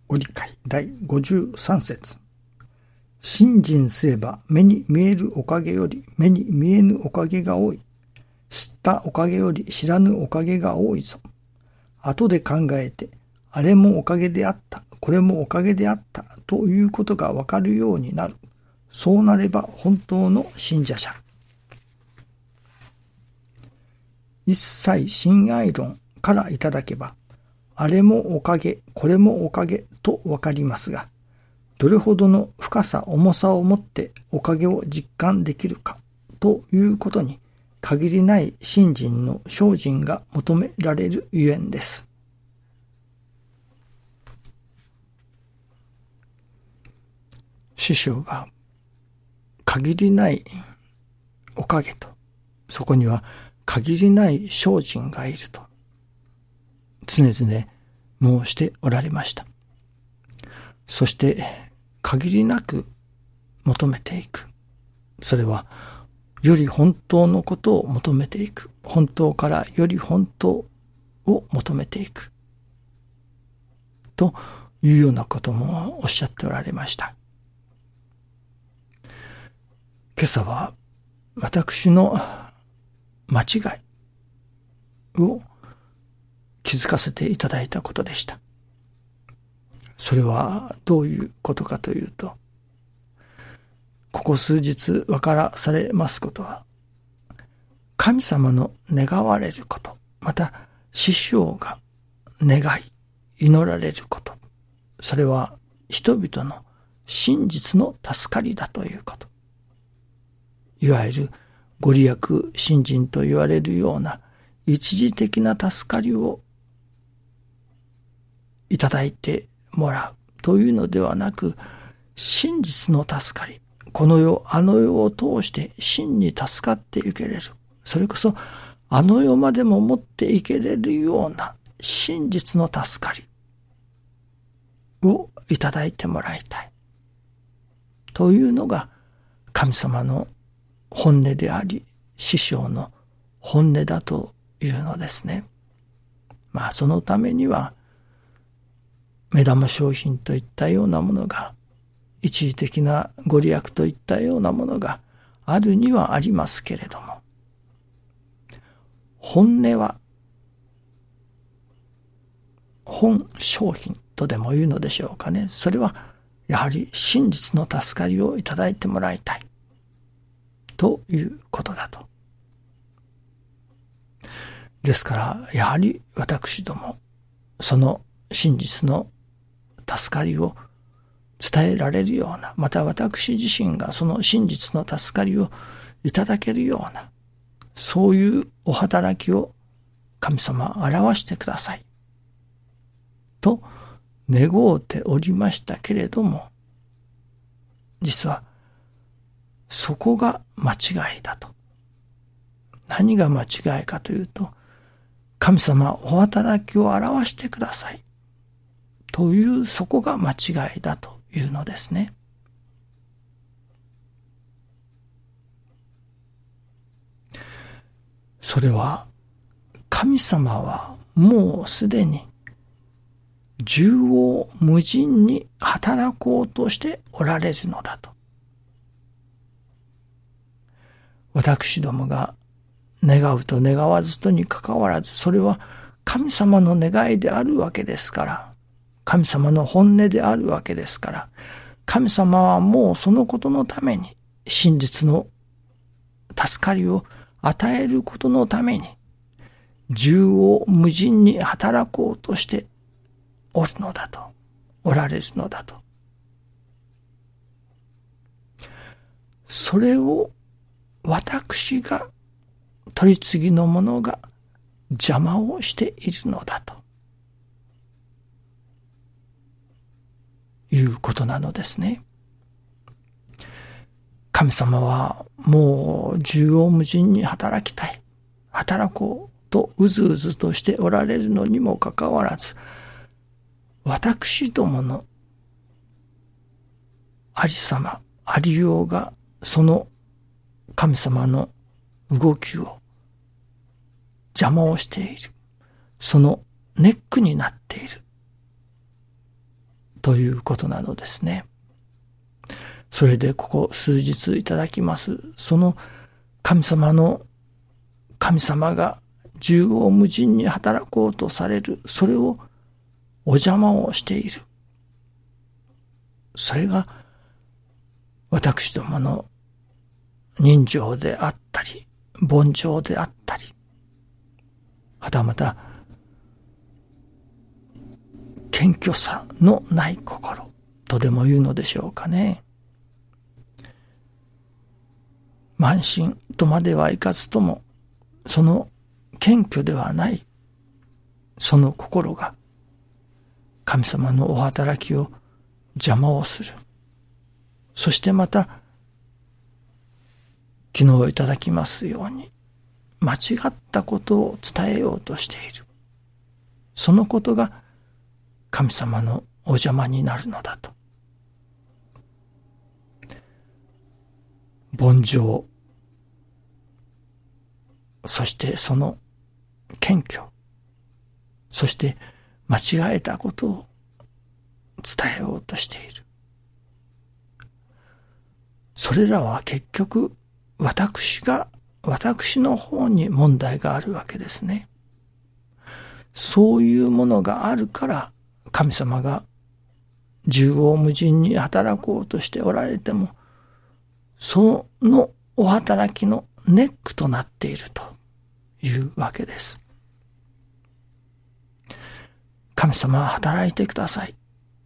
ご理解第53節。信心すれば目に見えるおかげより目に見えぬおかげが多い。知ったおかげより知らぬおかげが多いぞ。後で考えて、あれもおかげであった、これもおかげであったということがわかるようになる。そうなれば本当の信者者。一切親愛論からいただけば、あれもおかげ、これもおかげとわかりますが、どれほどの深さ、重さをもっておかげを実感できるかということに、限りない信心の精進が求められるゆえんです。師匠が限りないおかげと、そこには限りない精進がいると常々申しておられました。そして限りなく求めていく。それはより本当のことを求めていく。本当からより本当を求めていく。というようなこともおっしゃっておられました。今朝は私の間違いを気づかせていただいたことでした。それはどういうことかというと、ここ数日分からされますことは、神様の願われること、また師匠が願い、祈られること、それは人々の真実の助かりだということ。いわゆるご利益信心と言われるような一時的な助かりをいただいてもらうというのではなく、真実の助かり、この世あの世を通して真に助かっていけれる、それこそあの世までも持っていけれるような真実の助かりをいただいてもらいたいというのが神様の本音であり、師匠の本音だというのですね。そのためには目玉商品といったようなものが、一時的なご利益といったようなものがあるにはありますけれども、本音は本商品とでも言うのでしょうかね。それはやはり真実の助かりをいただいてもらいたいということだと。ですからやはり私どもその真実の助かりを伝えられるような、また私自身がその真実の助かりをいただけるような、そういうお働きを神様表してくださいと願うておりましたけれども、実はそこが間違いだと。何が間違いかというと、神様お働きを表してくださいというそこが間違いだというのですね。それは神様はもうすでに縦横無尽に働こうとしておられるのだと。私どもが願うと願わずとにかかわらず、それは神様の願いであるわけですから、神様の本音であるわけですから、神様はもうそのことのために真実の助かりを与えることのために縦横無尽に働こうとしておるのだと、おられるのだと。それを私が取り次ぎの者が邪魔をしているのだということなのですね。神様はもう縦横無尽に働きたい、働こうとうずうずとしておられるのにもかかわらず、私どものありさま、ありようがその神様の動きを邪魔をしている。そのネックになっているということなのですね。それでここ数日いただきます、その神様が縦横無尽に働こうとされる、それをお邪魔をしている。それが私どもの人情であったり、凡情であったり、はたまた謙虚さのない心とでも言うのでしょうかね。慢心とまではいかずとも、その謙虚ではないその心が神様のお働きを邪魔をする。そしてまた昨日いただきますように、間違ったことを伝えようとしている。そのことが神様のお邪魔になるのだと。凡情、そしてその謙虚、そして間違えたことを伝えようとしている。それらは結局私の方に問題があるわけですね。そういうものがあるから神様が縦横無尽に働こうとしておられても、そのお働きのネックとなっているというわけです。神様は働いてください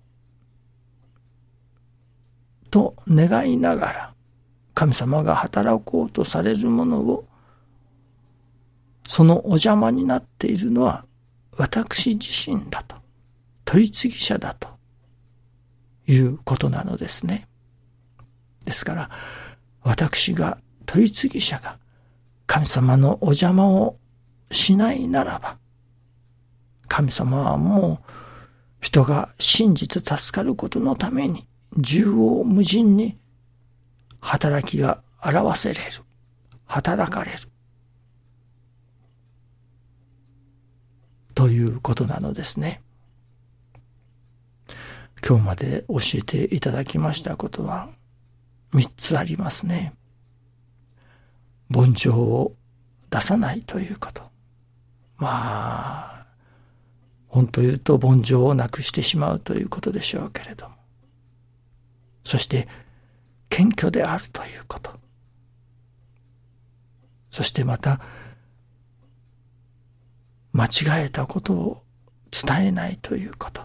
と願いながら、神様が働こうとされるものを、そのお邪魔になっているのは私自身だと、取り次ぎ者だということなのですね。ですから私が取り次ぎ者が神様のお邪魔をしないならば、神様はもう人が真実助かることのために縦横無尽に働きが表せれる、働かれるということなのですね。今日まで教えていただきましたことは3つありますね。凡情を出さないということ。本当言うと凡情をなくしてしまうということでしょうけれども。そして謙虚であるということ。そしてまた間違えたことを伝えないということ。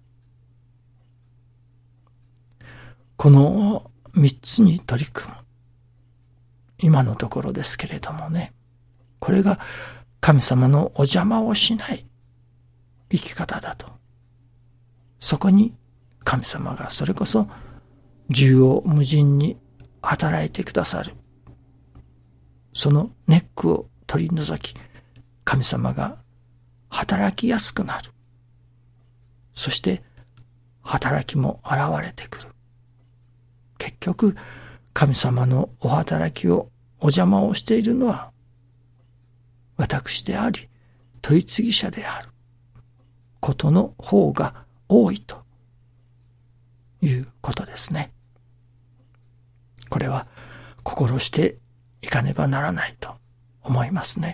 この3つに取り組む今のところですけれどもね、これが神様のお邪魔をしない生き方だと。そこに神様がそれこそ縦横無尽に働いてくださる。そのネックを取り除き、神様が働きやすくなる。そして働きも現れてくる。結局神様のお働きをお邪魔をしているのは私であり、取り次ぎ者であることの方が多いということですね。これは心していかねばならないと思いますね。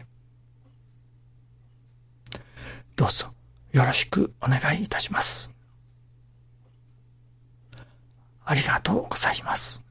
どうぞよろしくお願いいたします。ありがとうございます。